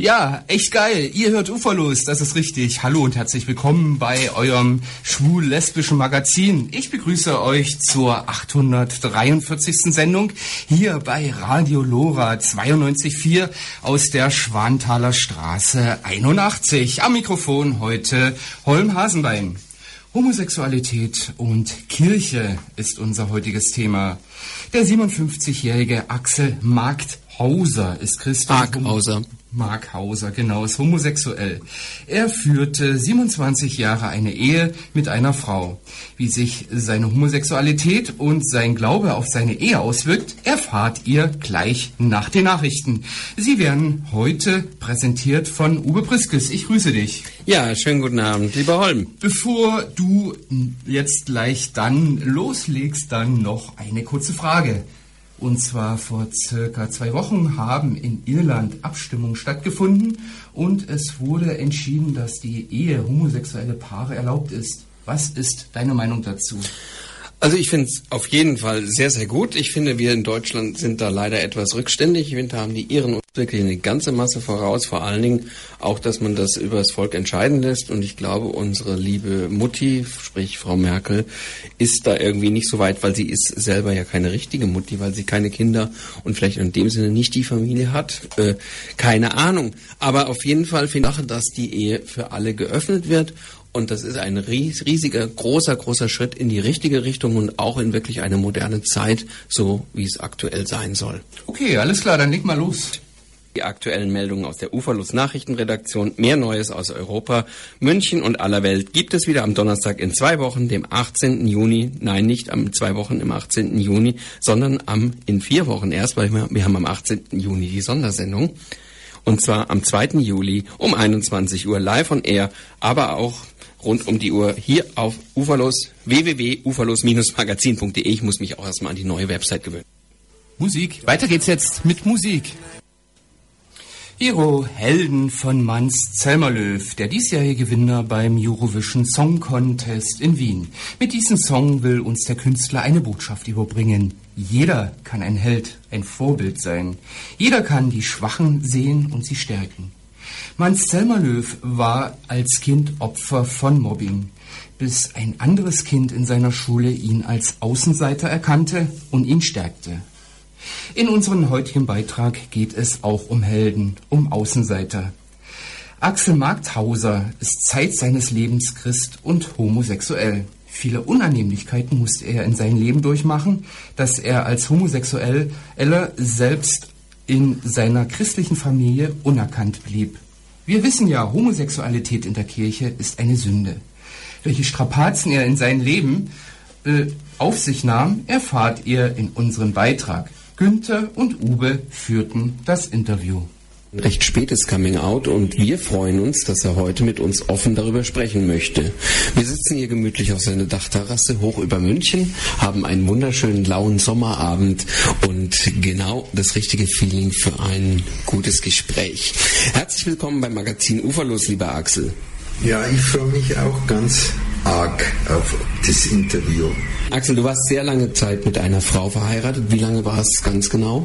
Ja, echt geil. Ihr hört Uferlos, das ist richtig. Hallo und herzlich willkommen bei eurem schwul-lesbischen Magazin. Ich begrüße euch zur 843. Sendung hier bei Radio Lora 92.4 aus der Schwanthaler Straße 81. Am Mikrofon heute Holm Hasenbein. Homosexualität und Kirche ist unser heutiges Thema. Der 57-jährige Axel Markhauser ist Christoph. Markhauser, genau, ist homosexuell. Er führte 27 Jahre eine Ehe mit einer Frau. Wie sich seine Homosexualität und sein Glaube auf seine Ehe auswirkt, erfahrt ihr gleich nach den Nachrichten. Sie werden heute präsentiert von Uwe Priskes. Ich grüße dich. Ja, schönen guten Abend, lieber Holm. Bevor du jetzt gleich dann loslegst, dann noch eine kurze Frage. Und zwar vor circa 2 Wochen haben in Irland Abstimmungen stattgefunden und es wurde entschieden, dass die Ehe homosexuelle Paare erlaubt ist. Was ist deine Meinung dazu? Also ich finde es auf jeden Fall sehr, sehr gut. Ich finde, wir in Deutschland sind da leider etwas rückständig. Ich finde, da haben die Iren uns wirklich eine ganze Masse voraus. Vor allen Dingen auch, dass man das über das Volk entscheiden lässt. Und ich glaube, unsere liebe Mutti, sprich Frau Merkel, ist da irgendwie nicht so weit, weil sie ist selber ja keine richtige Mutti, weil sie keine Kinder und vielleicht in dem Sinne nicht die Familie hat. Keine Ahnung. Aber auf jeden Fall finde ich, dass die Ehe für alle geöffnet wird. Und das ist ein riesiger, großer Schritt in die richtige Richtung und auch in wirklich eine moderne Zeit, so wie es aktuell sein soll. Okay, alles klar, dann leg mal los. Die aktuellen Meldungen aus der Uferlos Nachrichtenredaktion, mehr Neues aus Europa, München und aller Welt gibt es wieder am Donnerstag in 2 Wochen, dem 18. Juni. Nein, nicht am 2 Wochen im 18. Juni, sondern in 4 Wochen erst, weil wir haben am 18. Juni die Sondersendung. Und zwar am 2. Juli um 21 Uhr live on air, aber auch rund um die Uhr hier auf Uferlos, www.uferlos-magazin.de. Ich muss mich auch erstmal an die neue Website gewöhnen. Musik. Weiter geht's jetzt mit Musik. Hero Helden von Manns Zelmerlöw, der diesjährige Gewinner beim Eurovision Song Contest in Wien. Mit diesem Song will uns der Künstler eine Botschaft überbringen. Jeder kann ein Held, ein Vorbild sein. Jeder kann die Schwachen sehen und sie stärken. Manns Zelmerlöw war als Kind Opfer von Mobbing, bis ein anderes Kind in seiner Schule ihn als Außenseiter erkannte und ihn stärkte. In unserem heutigen Beitrag geht es auch um Helden, um Außenseiter. Axel Markhauser ist Zeit seines Lebens Christ und homosexuell. Viele Unannehmlichkeiten musste er in seinem Leben durchmachen, dass er als Homosexueller selbst in seiner christlichen Familie unerkannt blieb. Wir wissen ja, Homosexualität in der Kirche ist eine Sünde. Welche Strapazen er in seinem Leben auf sich nahm, erfahrt ihr in unserem Beitrag. Günther und Uwe führten das Interview. Recht spätes Coming Out und wir freuen uns, dass er heute mit uns offen darüber sprechen möchte. Wir sitzen hier gemütlich auf seiner Dachterrasse hoch über München, haben einen wunderschönen lauen Sommerabend und genau das richtige Feeling für ein gutes Gespräch. Herzlich willkommen beim Magazin Uferlos, lieber Axel. Ja, ich freue mich auch ganz arg auf das Interview. Axel, du warst sehr lange Zeit mit einer Frau verheiratet. Wie lange war es ganz genau?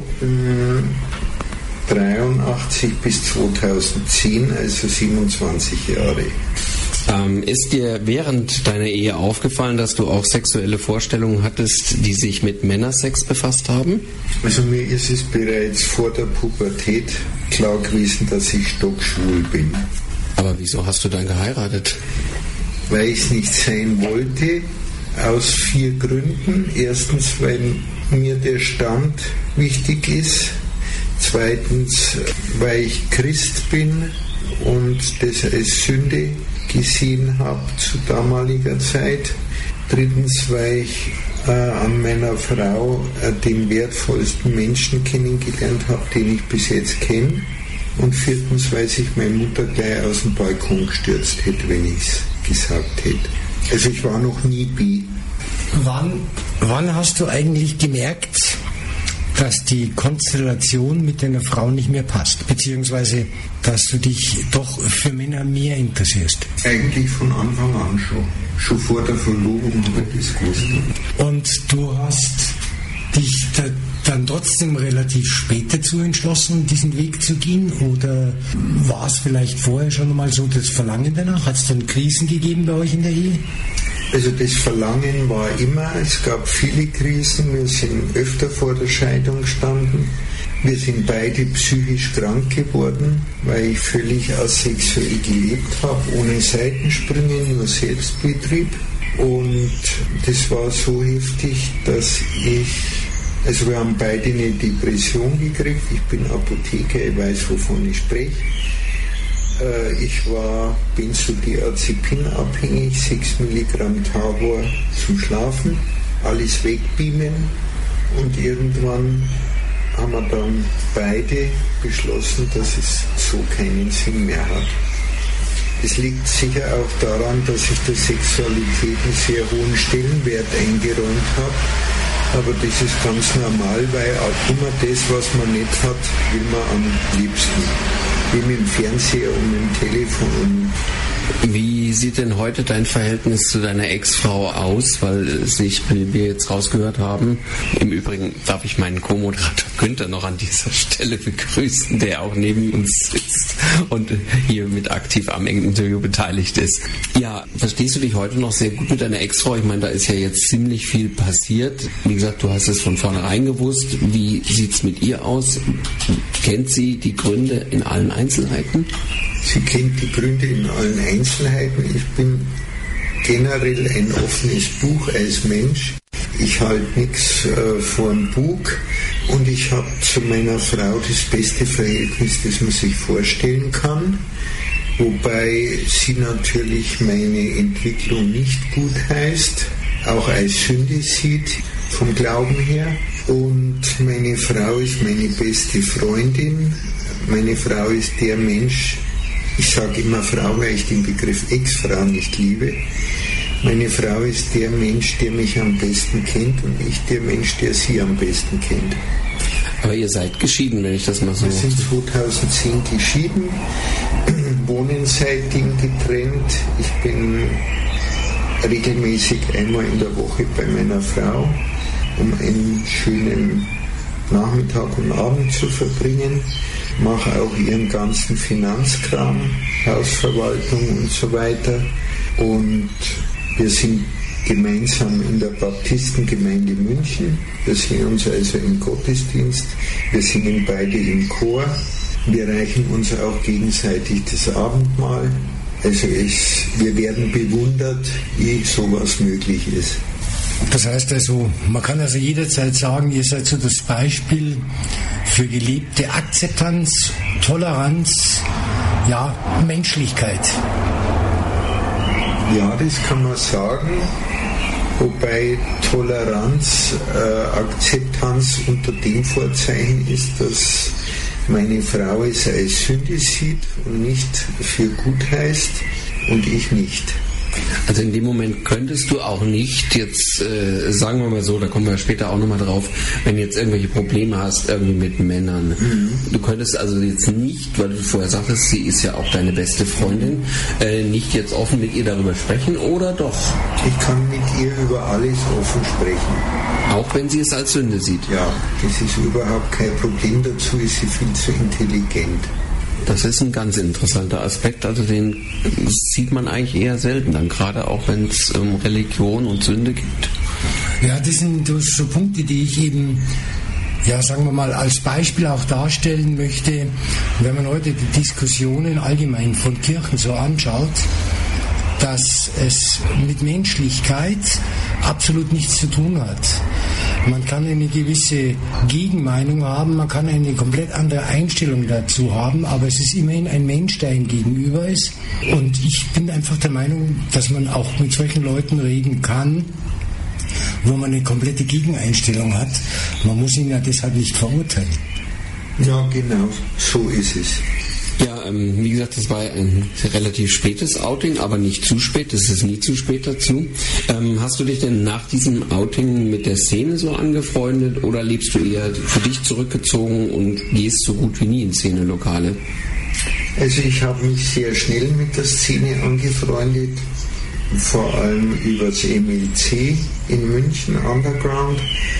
83 bis 2010, also 27 Jahre. Ist dir während deiner Ehe aufgefallen, dass du auch sexuelle Vorstellungen hattest, die sich mit Männersex befasst haben? Also mir ist es bereits vor der Pubertät klar gewesen, dass ich stockschwul bin. Aber wieso hast du dann geheiratet? Weil ich es nicht sein wollte, aus 4 Gründen. Erstens, weil mir der Stand wichtig ist. Zweitens, weil ich Christ bin und das als Sünde gesehen habe zu damaliger Zeit. Drittens, weil ich an meiner Frau den wertvollsten Menschen kennengelernt habe, den ich bis jetzt kenne. Und 4., weil sich meine Mutter gleich aus dem Balkon gestürzt hätte, wenn ich es gesagt hätte. Also ich war noch nie bi. Wann hast du eigentlich gemerkt, dass die Konstellation mit deiner Frau nicht mehr passt? Beziehungsweise, dass du dich doch für Männer mehr interessierst? Eigentlich von Anfang an schon. Schon vor der Verlobung habe ich das gewusst. Und du hast dich dann trotzdem relativ spät dazu entschlossen, diesen Weg zu gehen? Oder war es vielleicht vorher schon mal so das Verlangen danach? Hat es dann Krisen gegeben bei euch in der Ehe? Also das Verlangen war immer, es gab viele Krisen, wir sind öfter vor der Scheidung gestanden. Wir sind beide psychisch krank geworden, weil ich völlig asexuell gelebt habe, ohne Seitensprünge, nur Selbstbetrieb. Und das war so heftig, dass wir haben beide eine Depression gekriegt. Ich bin Apotheker, ich weiß, wovon ich spreche. Ich war benzodiazepinabhängig, 6 Milligramm Tavor zum Schlafen, alles wegbeamen und irgendwann haben wir dann beide beschlossen, dass es so keinen Sinn mehr hat. Es liegt sicher auch daran, dass ich der Sexualität einen sehr hohen Stellenwert eingeräumt habe. Aber das ist ganz normal, weil auch immer das, was man nicht hat, will man am liebsten. Wie mit dem Fernseher und mit dem Telefon. Wie sieht denn heute dein Verhältnis zu deiner Ex-Frau aus? Weil wir jetzt rausgehört haben, im Übrigen darf ich meinen Co-Moderator Günther noch an dieser Stelle begrüßen, der auch neben uns sitzt und hier mit aktiv am Interview beteiligt ist. Ja, verstehst du dich heute noch sehr gut mit deiner Ex-Frau? Ich meine, da ist ja jetzt ziemlich viel passiert. Wie gesagt, du hast es von vornherein gewusst. Wie sieht's mit ihr aus? Kennt sie die Gründe in allen Einzelheiten? Sie kennt die Gründe in allen Einzelheiten. Ich bin generell ein offenes Buch als Mensch. Ich halte nichts vor dem Bug und ich habe zu meiner Frau das beste Verhältnis, das man sich vorstellen kann. Wobei sie natürlich meine Entwicklung nicht gut heißt, auch als Sünde sieht, vom Glauben her. Und meine Frau ist meine beste Freundin. Meine Frau ist der Mensch, ich sage immer Frau, weil ich den Begriff Ex-Frau nicht liebe. Meine Frau ist der Mensch, der mich am besten kennt und ich der Mensch, der sie am besten kennt. Aber ihr seid geschieden, wenn ich das mal so... Wir sind 2010 geschieden, wohnen seitdem getrennt. Ich bin regelmäßig einmal in der Woche bei meiner Frau, um einen schönen Nachmittag und Abend zu verbringen. Mache auch ihren ganzen Finanzkram, Hausverwaltung und so weiter. Und wir sind gemeinsam in der Baptistengemeinde München. Wir sehen uns also im Gottesdienst. Wir singen beide im Chor. Wir reichen uns auch gegenseitig das Abendmahl. Also wir werden bewundert, wie sowas möglich ist. Das heißt also, man kann also jederzeit sagen, ihr seid so das Beispiel für gelebte Akzeptanz, Toleranz, ja, Menschlichkeit. Ja, das kann man sagen, wobei Toleranz, Akzeptanz unter dem Vorzeichen ist, dass meine Frau es als Sünde sieht und nicht für gut heißt und ich nicht. Also in dem Moment könntest du auch nicht jetzt, sagen wir mal so, da kommen wir später auch nochmal drauf, wenn du jetzt irgendwelche Probleme hast irgendwie mit Männern. Du könntest also jetzt nicht, weil du vorher sagtest, sie ist ja auch deine beste Freundin, nicht jetzt offen mit ihr darüber sprechen, oder doch? Ich kann mit ihr über alles offen sprechen. Auch wenn sie es als Sünde sieht? Ja, das ist überhaupt kein Problem, dazu ist sie viel zu intelligent. Das ist ein ganz interessanter Aspekt, also den sieht man eigentlich eher selten, dann gerade auch wenn es um Religion und Sünde geht. Ja, das sind so Punkte, die ich eben, ja, sagen wir mal, als Beispiel auch darstellen möchte. Wenn man heute die Diskussionen allgemein von Kirchen so anschaut, dass es mit Menschlichkeit absolut nichts zu tun hat. Man kann eine gewisse Gegenmeinung haben, man kann eine komplett andere Einstellung dazu haben, aber es ist immerhin ein Mensch, der ihm gegenüber ist. Und ich bin einfach der Meinung, dass man auch mit solchen Leuten reden kann, wo man eine komplette Gegeneinstellung hat. Man muss ihn ja deshalb nicht verurteilen. Ja, genau, so ist es. Ja, wie gesagt, das war ein relativ spätes Outing, aber nicht zu spät, es ist nie zu spät dazu. Hast du dich denn nach diesem Outing mit der Szene so angefreundet oder lebst du eher für dich zurückgezogen und gehst so gut wie nie in Szenelokale? Also ich habe mich sehr schnell mit der Szene angefreundet, vor allem über das MLC in München, Underground.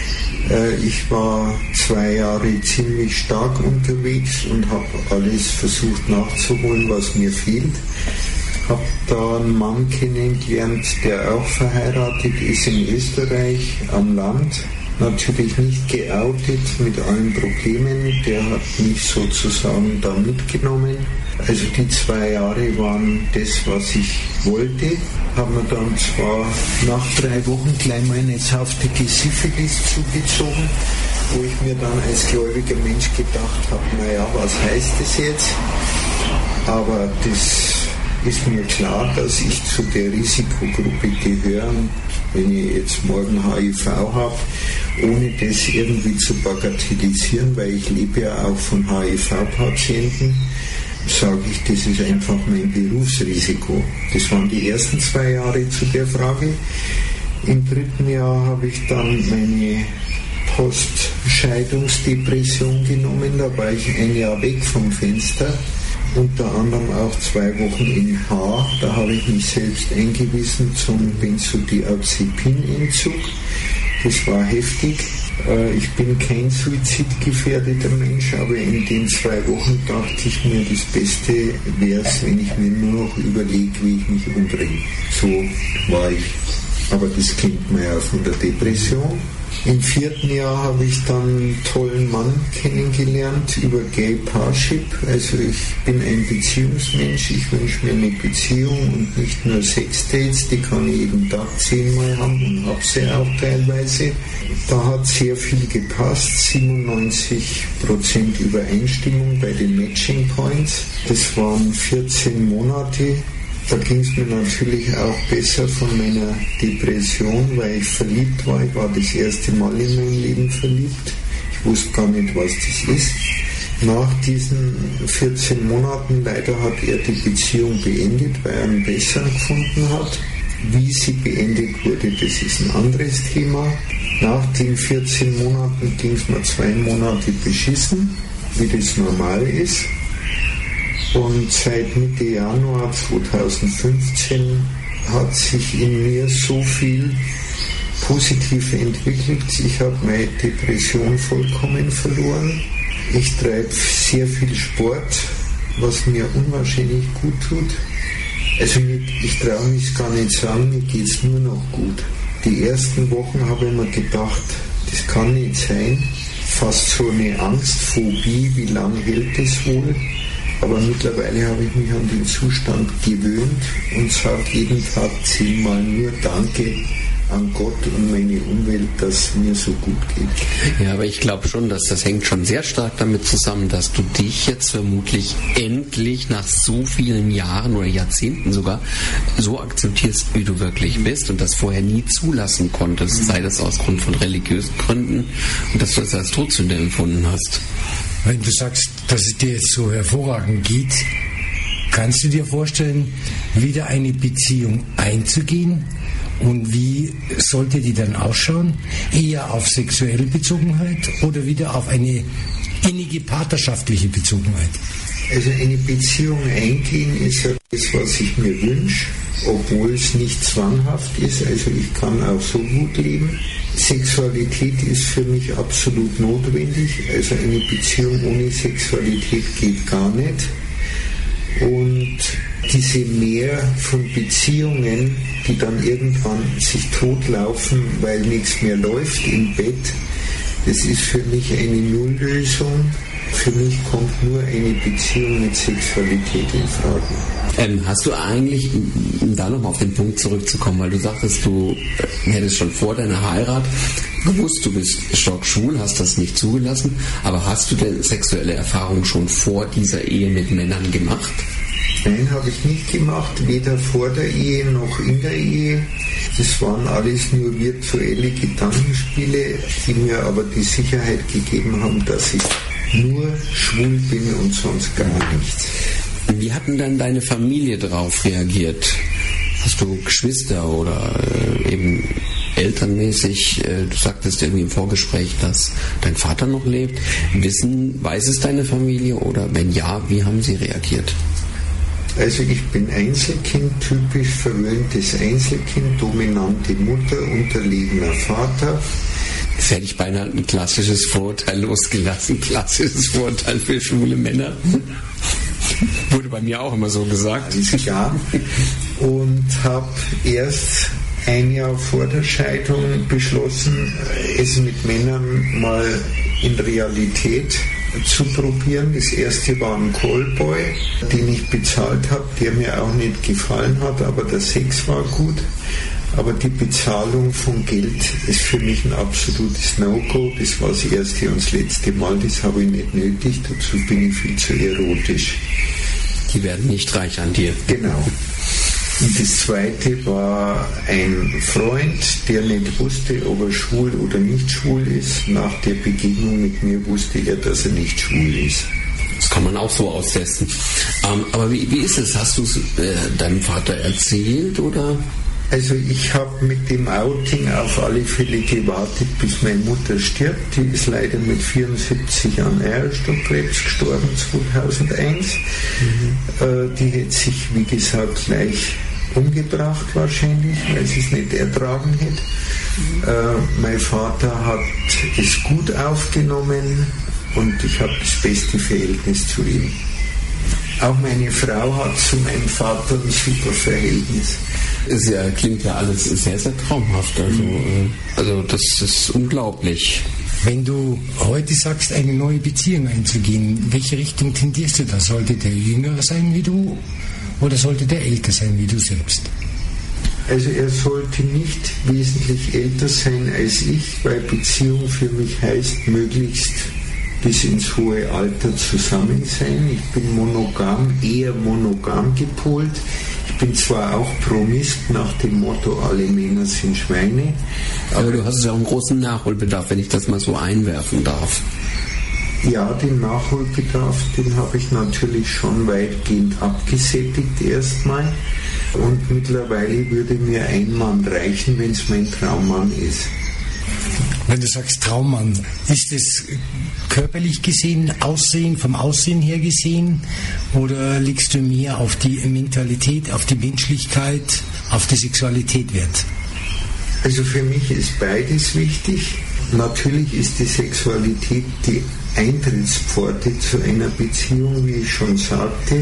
Ich war 2 Jahre ziemlich stark unterwegs und habe alles versucht nachzuholen, was mir fehlt. Habe da einen Mann kennengelernt, der auch verheiratet ist in Österreich am Land. Natürlich nicht geoutet mit allen Problemen. Der hat mich sozusagen da mitgenommen. Also die 2 Jahre waren das, was ich wollte. Haben wir dann zwar nach 3 Wochen gleich mal eine zaftige Syphilis zugezogen, wo ich mir dann als gläubiger Mensch gedacht habe, naja, was heißt das jetzt? Aber das ist mir klar, dass ich zu der Risikogruppe gehöre. Wenn ich jetzt morgen HIV habe, ohne das irgendwie zu bagatellisieren, weil ich lebe ja auch von HIV-Patienten, sage ich, das ist einfach mein Berufsrisiko. Das waren die ersten 2 Jahre zu der Frage. Im 3. Jahr habe ich dann meine Postscheidungsdepression genommen. Da war ich 1 Jahr weg vom Fenster. Unter anderem auch 2 Wochen in H. Da habe ich mich selbst eingewiesen zum Benzodiazepinentzug. Das war heftig. Ich bin kein suizidgefährdeter Mensch, aber in den 2 Wochen dachte ich mir, das Beste wäre es, wenn ich mir nur noch überlege, wie ich mich umbringe. So war ich. Aber das kennt man ja von der Depression. Im 4. Jahr habe ich dann einen tollen Mann kennengelernt über Gay Parship. Also ich bin ein Beziehungsmensch, ich wünsche mir eine Beziehung und nicht nur Sexdates, die kann ich jeden Tag 10-mal haben und habe sie auch teilweise. Da hat sehr viel gepasst, 97% Übereinstimmung bei den Matching Points. Das waren 14 Monate. Da ging es mir natürlich auch besser von meiner Depression, weil ich verliebt war. Ich war das erste Mal in meinem Leben verliebt. Ich wusste gar nicht, was das ist. Nach diesen 14 Monaten leider hat er die Beziehung beendet, weil er einen besseren gefunden hat. Wie sie beendet wurde, das ist ein anderes Thema. Nach den 14 Monaten ging es mir 2 Monate beschissen, wie das normal ist. Und seit Mitte Januar 2015 hat sich in mir so viel positiv entwickelt. Ich habe meine Depression vollkommen verloren. Ich treibe sehr viel Sport, was mir unwahrscheinlich gut tut. Also ich traue mich gar nicht sagen, mir geht es nur noch gut. Die ersten Wochen habe ich mir gedacht, das kann nicht sein. Fast so eine Angstphobie, wie lange hält das wohl? Aber mittlerweile habe ich mich an den Zustand gewöhnt und sage jeden Tag 10-mal nur Danke an Gott und meine Umwelt, dass es mir so gut geht. Ja, aber ich glaube schon, dass das hängt schon sehr stark damit zusammen, dass du dich jetzt vermutlich endlich nach so vielen Jahren oder Jahrzehnten sogar so akzeptierst, wie du wirklich bist und das vorher nie zulassen konntest, sei das aus Grund von religiösen Gründen und dass du das als Todsünde empfunden hast. Wenn du sagst, dass es dir jetzt so hervorragend geht, kannst du dir vorstellen, wieder eine Beziehung einzugehen? Und wie sollte die dann ausschauen? Eher auf sexuelle Bezogenheit oder wieder auf eine innige partnerschaftliche Bezogenheit? Also eine Beziehung eingehen ist ja das, was ich mir wünsche, obwohl es nicht zwanghaft ist. Also ich kann auch so gut leben. Sexualität ist für mich absolut notwendig. Also eine Beziehung ohne Sexualität geht gar nicht. Und diese Mehr von Beziehungen, die dann irgendwann sich totlaufen, weil nichts mehr läuft im Bett, das ist für mich eine Nulllösung. Für mich kommt nur eine Beziehung mit Sexualität in Frage. Hast du eigentlich, um da nochmal auf den Punkt zurückzukommen, weil du sagtest, du hättest schon vor deiner Heirat gewusst, du bist stockschwul, hast das nicht zugelassen, aber hast du denn sexuelle Erfahrungen schon vor dieser Ehe mit Männern gemacht? Nein, habe ich nicht gemacht, weder vor der Ehe noch in der Ehe. Das waren alles nur virtuelle Gedankenspiele, die mir aber die Sicherheit gegeben haben, dass ich nur schwul bin und sonst gar nichts. Wie hat denn dann deine Familie darauf reagiert? Hast du Geschwister oder eben elternmäßig? Du sagtest irgendwie im Vorgespräch, dass dein Vater noch lebt. Weiß es deine Familie oder wenn ja, wie haben sie reagiert? Also ich bin Einzelkind, typisch verwöhntes Einzelkind, dominante Mutter, unterlegener Vater. Jetzt hätte ich beinahe ein klassisches Vorurteil losgelassen. Klassisches Vorurteil für schwule Männer. Wurde bei mir auch immer so gesagt. Alles klar. Und habe erst ein Jahr vor der Scheidung beschlossen, es mit Männern mal in Realität zu probieren. Das erste war ein Callboy, den ich bezahlt habe, der mir auch nicht gefallen hat, aber der Sex war gut. Aber die Bezahlung von Geld ist für mich ein absolutes No-Go. Das war das erste und das letzte Mal, das habe ich nicht nötig, dazu bin ich viel zu erotisch. Die werden nicht reich an dir. Genau. Und das zweite war ein Freund, der nicht wusste, ob er schwul oder nicht schwul ist. Nach der Begegnung mit mir wusste er, dass er nicht schwul ist. Das kann man auch so austesten. Aber wie ist es? Hast du es deinem Vater erzählt, oder? Also ich habe mit dem Outing auf alle Fälle gewartet, bis meine Mutter stirbt. Die ist leider mit 74 an Eierstockkrebs gestorben, 2001. Die hätte sich, wie gesagt, gleich umgebracht wahrscheinlich, weil sie es nicht ertragen hätte. Mein Vater hat es gut aufgenommen und ich habe das beste Verhältnis zu ihm. Auch meine Frau hat zu meinem Vater ein super Verhältnis. Es klingt ja alles sehr, sehr traumhaft. Also das ist unglaublich. Wenn du heute sagst, eine neue Beziehung einzugehen, in welche Richtung tendierst du da? Sollte der jünger sein wie du oder sollte der älter sein wie du selbst? Also er sollte nicht wesentlich älter sein als ich, weil Beziehung für mich heißt, möglichst bis ins hohe Alter zusammen sein. Ich bin monogam, eher monogam gepolt. Ich bin zwar auch Promiskt nach dem Motto, alle Männer sind Schweine. Aber du hast ja auch einen großen Nachholbedarf, wenn ich das mal so einwerfen darf. Ja, den Nachholbedarf, den habe ich natürlich schon weitgehend abgesättigt erstmal. Und mittlerweile würde mir ein Mann reichen, wenn es mein Traummann ist. Wenn du sagst Traummann, ist es körperlich gesehen, vom Aussehen her gesehen, oder legst du mehr auf die Mentalität, auf die Menschlichkeit, auf die Sexualität Wert? Also für mich ist beides wichtig. Natürlich ist die Sexualität die Eintrittspforte zu einer Beziehung, wie ich schon sagte,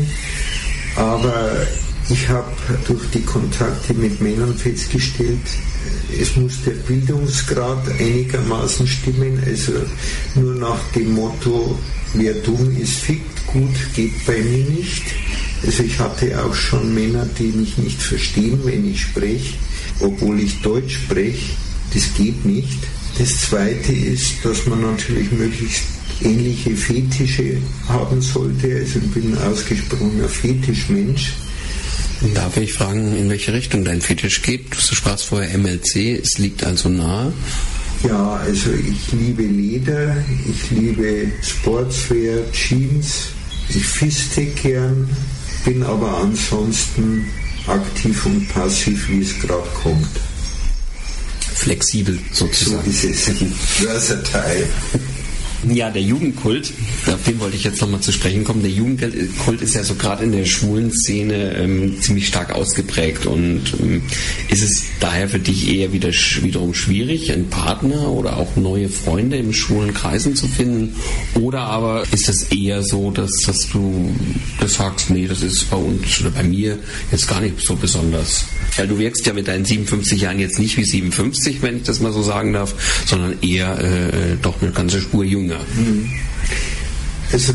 aber ich habe durch die Kontakte mit Männern festgestellt, es muss der Bildungsgrad einigermaßen stimmen, also nur nach dem Motto, wer dumm ist, fickt, gut geht bei mir nicht. Also ich hatte auch schon Männer, die mich nicht verstehen, wenn ich spreche, obwohl ich Deutsch spreche, das geht nicht. Das Zweite ist, dass man natürlich möglichst ähnliche Fetische haben sollte, also ich bin ein ausgesprochener Fetischmensch. Darf ich fragen, in welche Richtung dein Fetisch geht? Du sprachst vorher MLC, es liegt also nahe. Ja, also ich liebe Leder, ich liebe Sportswear, Jeans, ich fiste gern, bin aber ansonsten aktiv und passiv, wie es gerade kommt. Flexibel sozusagen. So ist es. Versatile. Ja, der Jugendkult, auf den wollte ich jetzt nochmal zu sprechen kommen. Der Jugendkult ist ja so gerade in der schwulen Szene ziemlich stark ausgeprägt. Und ist es daher für dich eher wiederum schwierig, einen Partner oder auch neue Freunde in schwulen Kreisen zu finden? Oder aber ist es eher so, dass du das sagst, nee, das ist bei uns oder bei mir jetzt gar nicht so besonders? Weil du wirkst ja mit deinen 57 Jahren jetzt nicht wie 57, wenn ich das mal so sagen darf, sondern eher doch eine ganze Spur jünger. Also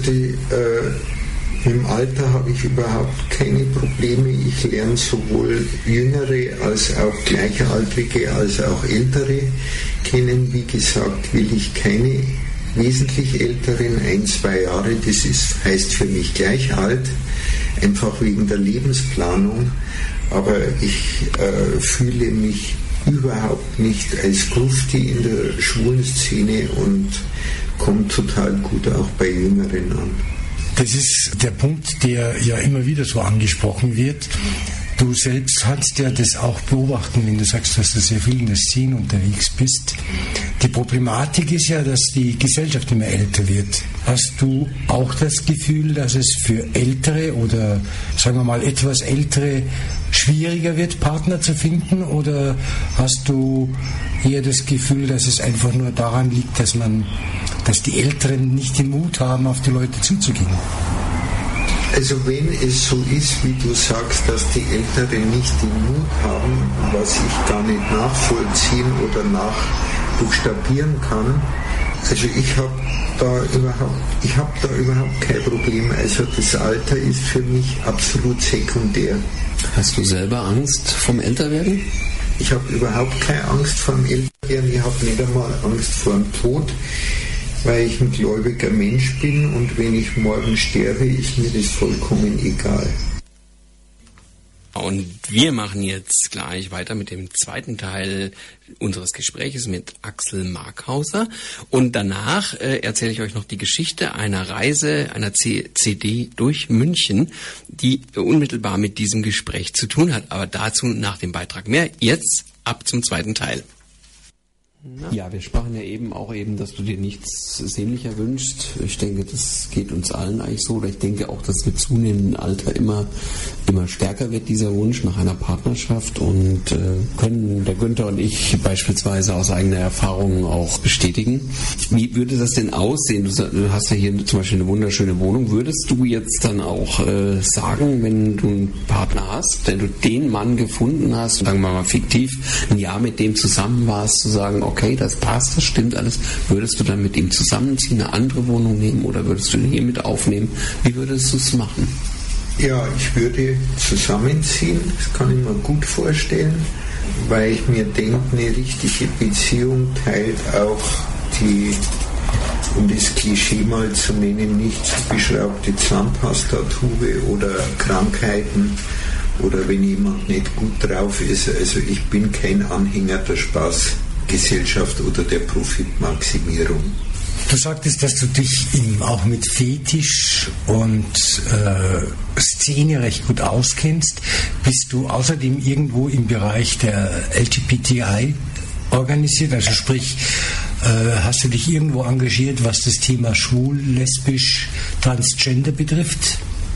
im Alter habe ich überhaupt keine Probleme. Ich lerne sowohl Jüngere als auch Gleichaltrige als auch Ältere kennen. Wie gesagt, will ich keine wesentlich Älteren, 1-2 Jahre, das heißt für mich gleich alt, einfach wegen der Lebensplanung. Aber ich fühle mich überhaupt nicht als Grufti in der schwulen Szene und kommt total gut auch bei Jüngeren an. Das ist der Punkt, der ja immer wieder so angesprochen wird. Du selbst kannst ja das auch beobachten, wenn du sagst, dass du sehr viel in der Szene unterwegs bist. Die Problematik ist ja, dass die Gesellschaft immer älter wird. Hast du auch das Gefühl, dass es für ältere oder sagen wir mal etwas ältere schwieriger wird, Partner zu finden, oder hast du eher das Gefühl, dass es einfach nur daran liegt, dass die Älteren nicht den Mut haben, auf die Leute zuzugehen? Also wenn es so ist, wie du sagst, dass die Älteren nicht den Mut haben, was ich gar nicht nachvollziehen oder nachbuchstabieren kann, also ich habe da überhaupt kein Problem. Also das Alter ist für mich absolut sekundär. Hast du selber Angst vom Älterwerden? Ich habe überhaupt keine Angst vor dem Älterwerden. Ich habe nicht einmal Angst vor dem Tod, weil ich ein gläubiger Mensch bin, und wenn ich morgen sterbe, ist mir das vollkommen egal. Und wir machen jetzt gleich weiter mit dem zweiten Teil unseres Gespräches mit Axel Markhauser. Und danach erzähle ich euch noch die Geschichte einer Reise, einer CD durch München, die unmittelbar mit diesem Gespräch zu tun hat. Aber dazu nach dem Beitrag mehr. Jetzt ab zum zweiten Teil. Ja, wir sprachen ja eben, dass du dir nichts sehnlicher wünschst. Ich denke, das geht uns allen eigentlich so. Oder ich denke auch, dass mit zunehmendem Alter immer stärker wird, dieser Wunsch nach einer Partnerschaft. Und können der Günther und ich beispielsweise aus eigener Erfahrung auch bestätigen. Wie würde das denn aussehen? Du hast ja hier zum Beispiel eine wunderschöne Wohnung. Würdest du jetzt dann auch sagen, wenn du einen Partner hast, wenn du den Mann gefunden hast, sagen wir mal fiktiv, ein Jahr mit dem zusammen warst, zu sagen, okay, das passt, das stimmt alles, würdest du dann mit ihm zusammenziehen, eine andere Wohnung nehmen, oder würdest du ihn hier mit aufnehmen? Wie würdest du es machen? Ja, ich würde zusammenziehen, das kann ich mir gut vorstellen, weil ich mir denke, eine richtige Beziehung teilt auch die, um das Klischee mal zu nennen, nicht zu beschraubte Zahnpastatube oder Krankheiten oder wenn jemand nicht gut drauf ist. Also ich bin kein Anhänger der Spaßgesellschaft oder der Profitmaximierung. Du sagtest, dass du dich auch mit Fetisch und Szene recht gut auskennst. Bist du außerdem irgendwo im Bereich der LGBTI organisiert? Also sprich, hast du dich irgendwo engagiert, was das Thema schwul, lesbisch, transgender betrifft?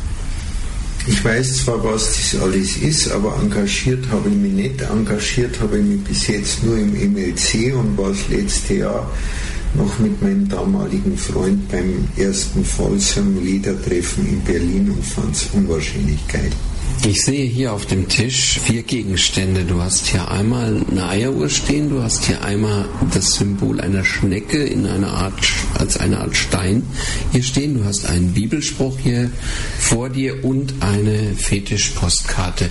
Ich weiß zwar, was das alles ist, aber engagiert habe ich mich nicht. Engagiert habe ich mich bis jetzt nur im MLC und war das letzte Jahr noch mit meinem damaligen Freund beim ersten Folsom-Ledertreffen in Berlin und fand es unwahrscheinlich geil. Ich sehe hier auf dem Tisch 4 Gegenstände. Du hast hier einmal eine Eieruhr stehen, du hast hier einmal das Symbol einer Schnecke als eine Art Stein hier stehen, du hast einen Bibelspruch hier vor dir und eine Fetischpostkarte.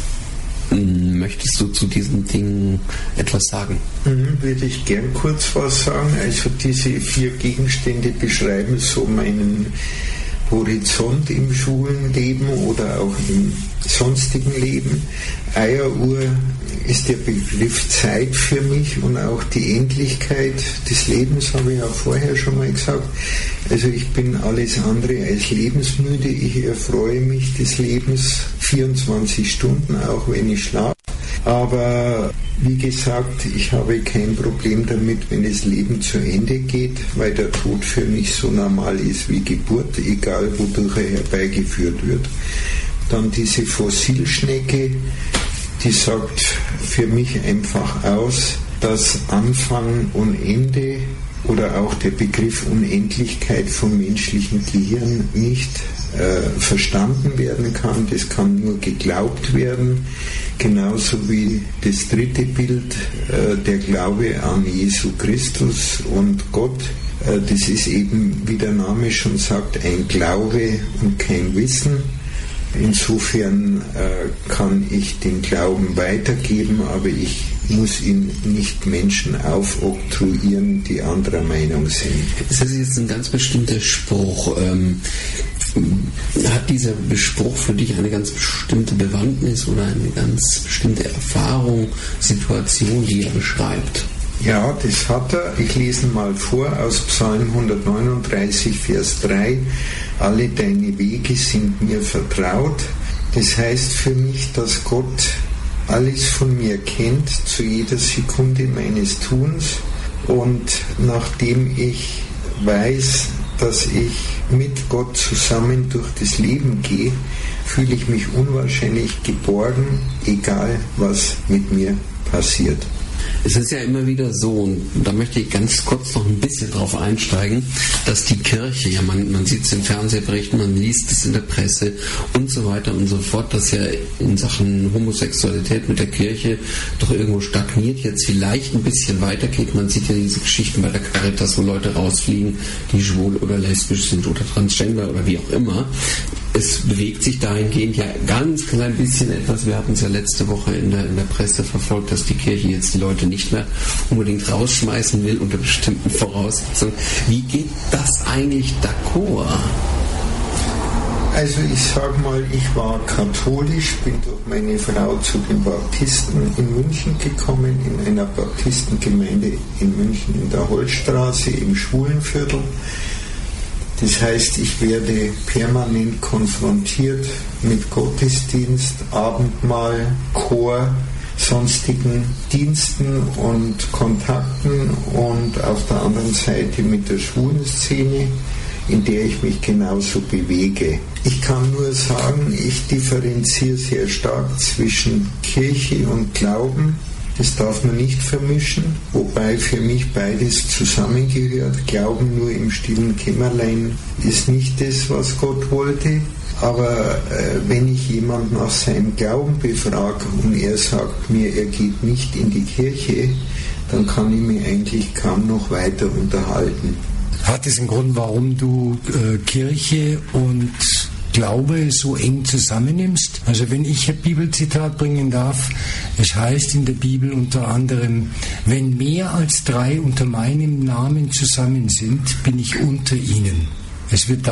Möchtest du zu diesen Dingen etwas sagen? Würde ich gern kurz was sagen. Also diese 4 Gegenstände beschreiben so meinen Horizont im schwulen Leben oder auch im sonstigen Leben. Eieruhr ist der Begriff Zeit für mich und auch die Endlichkeit des Lebens, habe ich ja vorher schon mal gesagt. Also ich bin alles andere als lebensmüde. Ich erfreue mich des Lebens 24 Stunden, auch wenn ich schlafe. Aber wie gesagt, ich habe kein Problem damit, wenn das Leben zu Ende geht, weil der Tod für mich so normal ist wie Geburt, egal wodurch er herbeigeführt wird. Dann diese Fossilschnecke, die sagt für mich einfach aus, dass Anfang und Ende oder auch der Begriff Unendlichkeit vom menschlichen Gehirn nicht verstanden werden kann. Das kann nur geglaubt werden. Genauso wie das dritte Bild, der Glaube an Jesu Christus und Gott. Das ist eben, wie der Name schon sagt, ein Glaube und kein Wissen. Insofern kann ich den Glauben weitergeben, aber ich muss ihn nicht Menschen aufoktroyieren, die anderer Meinung sind. Das ist jetzt ein ganz bestimmter Spruch. Hat dieser Spruch für dich eine ganz bestimmte Bewandtnis oder eine ganz bestimmte Erfahrung, Situation, die er beschreibt? Ja, das hat er. Ich lese mal vor aus Psalm 139, Vers 3. Alle deine Wege sind mir vertraut. Das heißt für mich, dass Gott alles von mir kennt, zu jeder Sekunde meines Tuns. Und nachdem ich weiß, dass ich mit Gott zusammen durch das Leben gehe, fühle ich mich unwahrscheinlich geborgen, egal was mit mir passiert. Es ist ja immer wieder so, und da möchte ich ganz kurz noch ein bisschen drauf einsteigen, dass die Kirche, ja man sieht es im Fernsehberichten, man liest es in der Presse und so weiter und so fort, dass ja in Sachen Homosexualität mit der Kirche doch irgendwo stagniert, jetzt vielleicht ein bisschen weitergeht. Man sieht ja diese Geschichten bei der Caritas, wo Leute rausfliegen, die schwul oder lesbisch sind oder transgender oder wie auch immer. Es bewegt sich dahingehend ja ganz klein bisschen etwas. Wir hatten es ja letzte Woche in der Presse verfolgt, dass die Kirche jetzt die Leute nicht mehr unbedingt rausschmeißen will unter bestimmten Voraussetzungen. Wie geht das eigentlich d'accord? Also ich sag mal, ich war katholisch, bin durch meine Frau zu den Baptisten in München gekommen, in einer Baptistengemeinde in München in der Holzstraße im Schwulenviertel. Das heißt, ich werde permanent konfrontiert mit Gottesdienst, Abendmahl, Chor, sonstigen Diensten und Kontakten und auf der anderen Seite mit der Schwulenszene, in der ich mich genauso bewege. Ich kann nur sagen, ich differenziere sehr stark zwischen Kirche und Glauben. Das darf man nicht vermischen, wobei für mich beides zusammengehört. Glauben nur im stillen Kämmerlein ist nicht das, was Gott wollte. Aber wenn ich jemanden nach seinem Glauben befrage und er sagt mir, er geht nicht in die Kirche, dann kann ich mich eigentlich kaum noch weiter unterhalten. Hat es einen Grund, warum du Kirche und Glaube so eng zusammennimmst? Also wenn ich ein Bibelzitat bringen darf, es heißt in der Bibel unter anderem, wenn mehr als 3 unter meinem Namen zusammen sind, bin ich unter ihnen. Es wird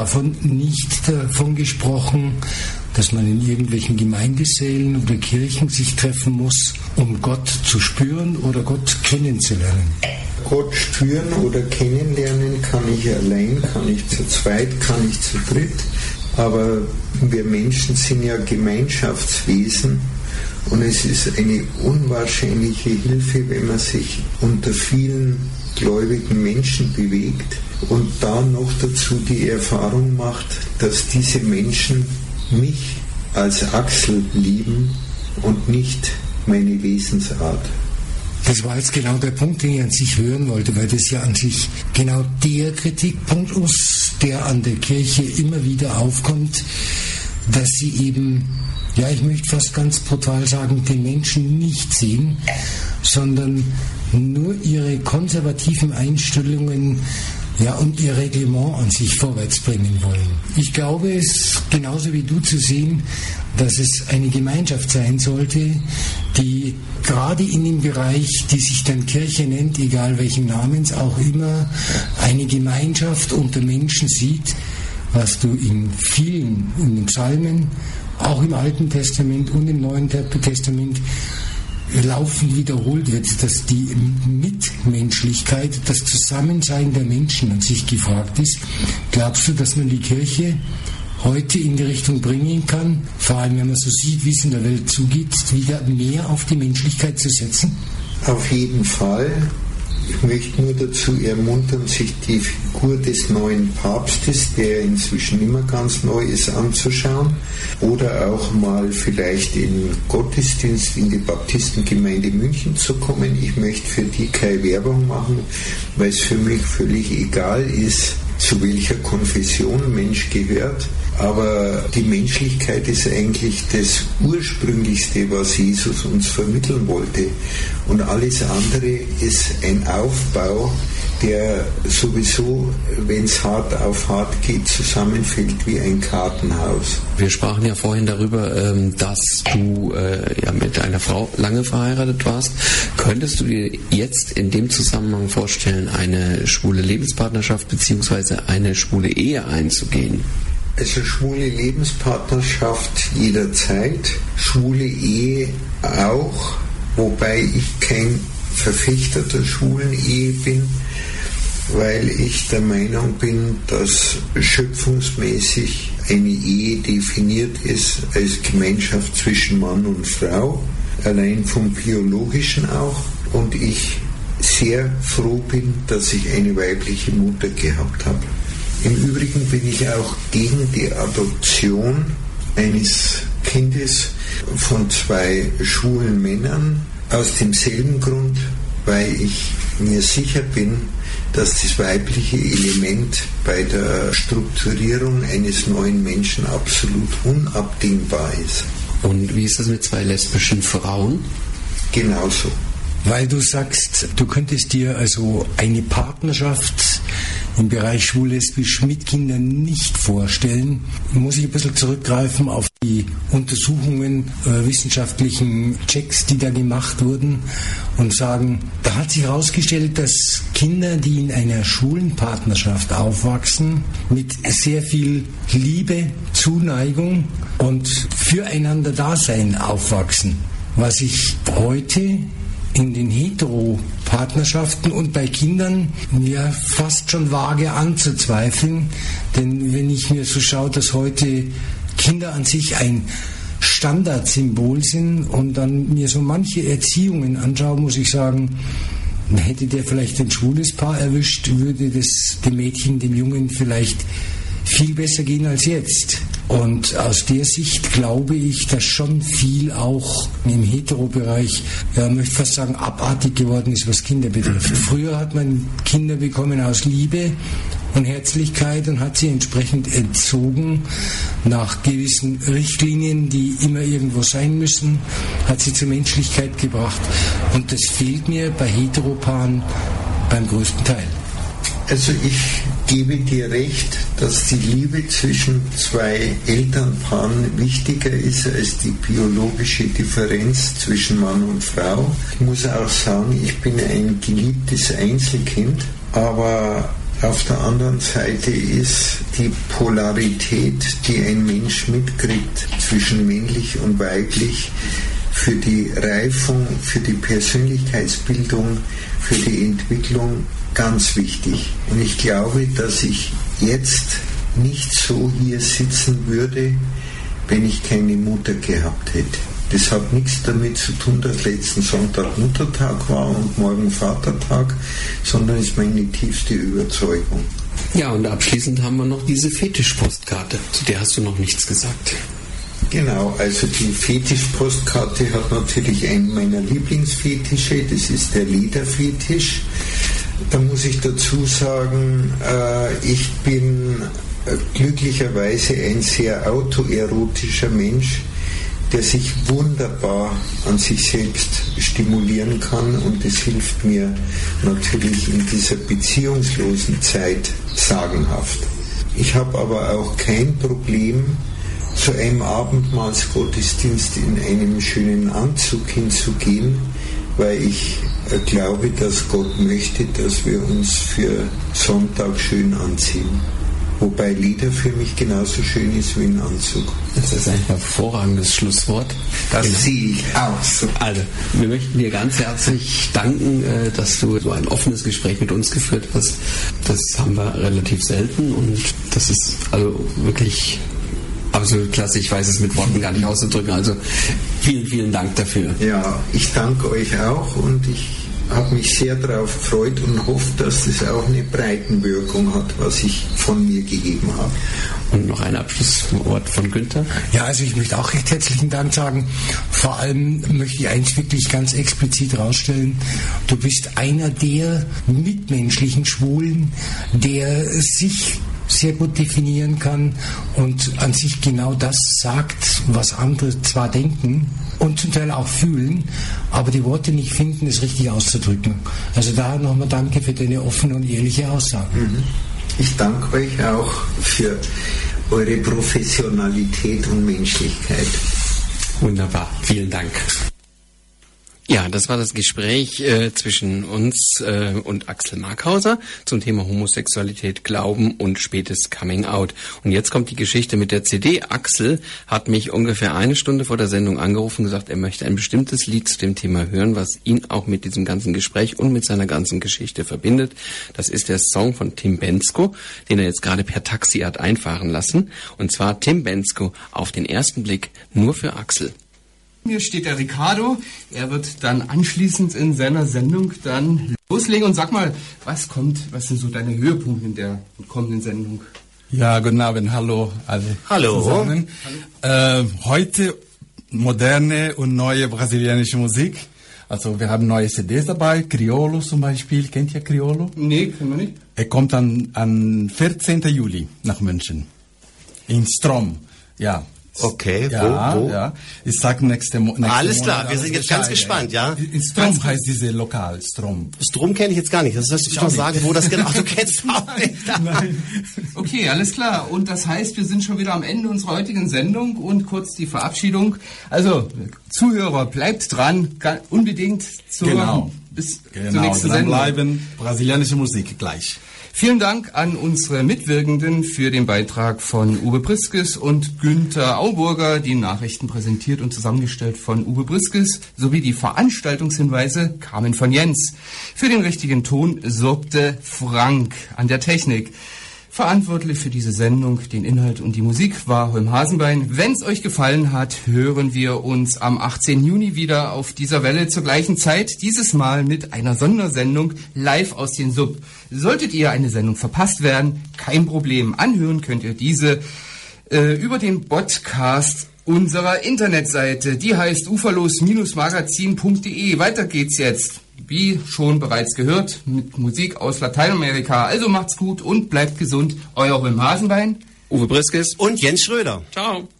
nicht davon gesprochen, dass man in irgendwelchen Gemeindesälen oder Kirchen sich treffen muss, um Gott zu spüren oder Gott kennenzulernen. Gott spüren oder kennenlernen kann ich allein, kann ich zu zweit, kann ich zu dritt. Aber wir Menschen sind ja Gemeinschaftswesen und es ist eine unwahrscheinliche Hilfe, wenn man sich unter vielen gläubigen Menschen bewegt und da noch dazu die Erfahrung macht, dass diese Menschen mich als Axel lieben und nicht meine Wesensart. Das war jetzt genau der Punkt, den ich an sich hören wollte, weil das ja an sich genau der Kritikpunkt ist, der an der Kirche immer wieder aufkommt, dass sie eben, ja, ich möchte fast ganz brutal sagen, den Menschen nicht sehen, sondern nur ihre konservativen Einstellungen, ja, und ihr Reglement an sich vorwärts bringen wollen. Ich glaube, es genauso wie du zu sehen, dass es eine Gemeinschaft sein sollte, die gerade in dem Bereich, die sich dann Kirche nennt, egal welchen Namens auch immer, eine Gemeinschaft unter Menschen sieht, was du in den Psalmen, auch im Alten Testament und im Neuen Testament laufend wiederholt wird, dass die Mitmenschlichkeit, das Zusammensein der Menschen an sich gefragt ist. Glaubst du, dass man die Kirche heute in die Richtung bringen kann, vor allem wenn man so sieht, wie es in der Welt zugeht, wieder mehr auf die Menschlichkeit zu setzen? Auf jeden Fall. Ich möchte nur dazu ermuntern, sich die Figur des neuen Papstes, der inzwischen immer ganz neu ist, anzuschauen oder auch mal vielleicht in Gottesdienst in die Baptistengemeinde München zu kommen. Ich möchte für die keine Werbung machen, weil es für mich völlig egal ist, zu welcher Konfession ein Mensch gehört. Aber die Menschlichkeit ist eigentlich das Ursprünglichste, was Jesus uns vermitteln wollte. Und alles andere ist ein Aufbau, der sowieso, wenn es hart auf hart geht, zusammenfällt wie ein Kartenhaus. Wir sprachen ja vorhin darüber, dass du mit einer Frau lange verheiratet warst. Könntest du dir jetzt in dem Zusammenhang vorstellen, eine schwule Lebenspartnerschaft bzw. eine schwule Ehe einzugehen? Also schwule Lebenspartnerschaft jederzeit, schwule Ehe auch, wobei ich kein Verfechter der schwulen Ehe bin, weil ich der Meinung bin, dass schöpfungsmäßig eine Ehe definiert ist als Gemeinschaft zwischen Mann und Frau, allein vom Biologischen auch, und ich sehr froh bin, dass ich eine weibliche Mutter gehabt habe. Im Übrigen bin ich auch gegen die Adoption eines Kindes von 2 schwulen Männern, aus demselben Grund, weil ich mir sicher bin, dass das weibliche Element bei der Strukturierung eines neuen Menschen absolut unabdingbar ist. Und wie ist das mit 2 lesbischen Frauen? Genauso. Weil du sagst, du könntest dir also eine Partnerschaft im Bereich schwul-lesbisch mit Kindern nicht vorstellen, muss ich ein bisschen zurückgreifen auf die Untersuchungen, wissenschaftlichen Checks, die da gemacht wurden und sagen, da hat sich herausgestellt, dass Kinder, die in einer schwulen Partnerschaft aufwachsen, mit sehr viel Liebe, Zuneigung und füreinander Dasein aufwachsen. Was ich heute in den Hetero-Partnerschaften und bei Kindern ja fast schon wage anzuzweifeln. Denn wenn ich mir so schaue, dass heute Kinder an sich ein Standardsymbol sind und dann mir so manche Erziehungen anschaue, muss ich sagen, hätte der vielleicht ein schwules Paar erwischt, würde das dem Mädchen, dem Jungen vielleicht viel besser gehen als jetzt. Und aus der Sicht glaube ich, dass schon viel auch im Hetero-Bereich, ja, möchte fast sagen, abartig geworden ist, was Kinder betrifft. Früher hat man Kinder bekommen aus Liebe und Herzlichkeit und hat sie entsprechend erzogen nach gewissen Richtlinien, die immer irgendwo sein müssen, hat sie zur Menschlichkeit gebracht. Und das fehlt mir bei Heteropaaren beim größten Teil. Also ich gebe dir recht, dass die Liebe zwischen 2 Elternpaaren wichtiger ist als die biologische Differenz zwischen Mann und Frau. Ich muss auch sagen, ich bin ein geliebtes Einzelkind, aber auf der anderen Seite ist die Polarität, die ein Mensch mitkriegt zwischen männlich und weiblich, für die Reifung, für die Persönlichkeitsbildung, für die Entwicklung ganz wichtig. Und ich glaube, dass ich jetzt nicht so hier sitzen würde, wenn ich keine Mutter gehabt hätte. Das hat nichts damit zu tun, dass letzten Sonntag Muttertag war und morgen Vatertag, sondern ist meine tiefste Überzeugung. Ja, und abschließend haben wir noch diese Fetischpostkarte. Zu der hast du noch nichts gesagt. Genau, also die Fetischpostkarte hat natürlich einen meiner Lieblingsfetische, das ist der Lederfetisch. Da muss ich dazu sagen, ich bin glücklicherweise ein sehr autoerotischer Mensch, der sich wunderbar an sich selbst stimulieren kann, und das hilft mir natürlich in dieser beziehungslosen Zeit sagenhaft. Ich habe aber auch kein Problem, zu einem Abendmahlsgottesdienst in einem schönen Anzug hinzugehen, weil ich glaube, dass Gott möchte, dass wir uns für Sonntag schön anziehen. Wobei Lieder für mich genauso schön ist wie ein Anzug. Das ist ein hervorragendes Schlusswort. Das sehe ich auch so. Also, wir möchten dir ganz herzlich danken, dass du so ein offenes Gespräch mit uns geführt hast. Das haben wir relativ selten und das ist also wirklich absolut klasse. Ich weiß es mit Worten gar nicht auszudrücken. Also vielen, vielen Dank dafür. Ja, ich danke euch auch und ich habe mich sehr darauf gefreut und hoffe, dass das auch eine Breitenwirkung hat, was ich von mir gegeben habe. Und noch ein Abschlusswort von Günther. Ja, also ich möchte auch recht herzlichen Dank sagen. Vor allem möchte ich eins wirklich ganz explizit herausstellen. Du bist einer der mitmenschlichen Schwulen, der sich sehr gut definieren kann und an sich genau das sagt, was andere zwar denken und zum Teil auch fühlen, aber die Worte nicht finden, es richtig auszudrücken. Also daher nochmal danke für deine offene und ehrliche Aussage. Ich danke euch auch für eure Professionalität und Menschlichkeit. Wunderbar, vielen Dank. Ja, das war das Gespräch zwischen uns und Axel Markhauser zum Thema Homosexualität, Glauben und spätes Coming Out. Und jetzt kommt die Geschichte mit der CD. Axel hat mich ungefähr eine Stunde vor der Sendung angerufen und gesagt, er möchte ein bestimmtes Lied zu dem Thema hören, was ihn auch mit diesem ganzen Gespräch und mit seiner ganzen Geschichte verbindet. Das ist der Song von Tim Bendzko, den er jetzt gerade per Taxi hat einfahren lassen. Und zwar Tim Bendzko, auf den ersten Blick nur für Axel. Hier steht der Ricardo. Er wird dann anschließend in seiner Sendung dann loslegen und sag mal, was sind so deine Höhepunkte in der kommenden Sendung? Ja, guten Abend, hallo alle. Hallo. Zusammen. Heute moderne und neue brasilianische Musik. Also wir haben neue CDs dabei, Criollo zum Beispiel. Kennt ihr Criollo? Nee, kennen wir nicht. Er kommt am 14. Juli nach München. In Strom, ja. Okay, ja, wo? Ja. Ich sag nächste Alles klar, Monat, wir sind jetzt ganz gespannt, ja. In Strom heißt diese Lokal, Strom. Strom kenne ich jetzt gar nicht. Das heißt, du musst sagen, wo das genau, du kennst auch nicht. Nein. Okay, alles klar. Und das heißt, wir sind schon wieder am Ende unserer heutigen Sendung und kurz die Verabschiedung. Also, Zuhörer, bleibt dran, unbedingt zuhören. Bis zur nächsten Sendung. Bleiben, brasilianische Musik gleich. Vielen Dank an unsere Mitwirkenden für den Beitrag von Uwe Priskes und Günther Auburger, die Nachrichten präsentiert und zusammengestellt von Uwe Priskes, sowie die Veranstaltungshinweise kamen von Jens. Für den richtigen Ton sorgte Frank an der Technik. Verantwortlich für diese Sendung, den Inhalt und die Musik war Holm Hasenbein. Wenn es euch gefallen hat, hören wir uns am 18. Juni wieder auf dieser Welle zur gleichen Zeit, dieses Mal mit einer Sondersendung live aus den Sub. Solltet ihr eine Sendung verpasst werden, kein Problem. Anhören könnt ihr diese über den Podcast unserer Internetseite. Die heißt uferlos-magazin.de. Weiter geht's jetzt. Wie schon bereits gehört, mit Musik aus Lateinamerika. Also macht's gut und bleibt gesund. Euer Holm Hasenbein, Uwe Priskes und Jens Schröder. Ciao.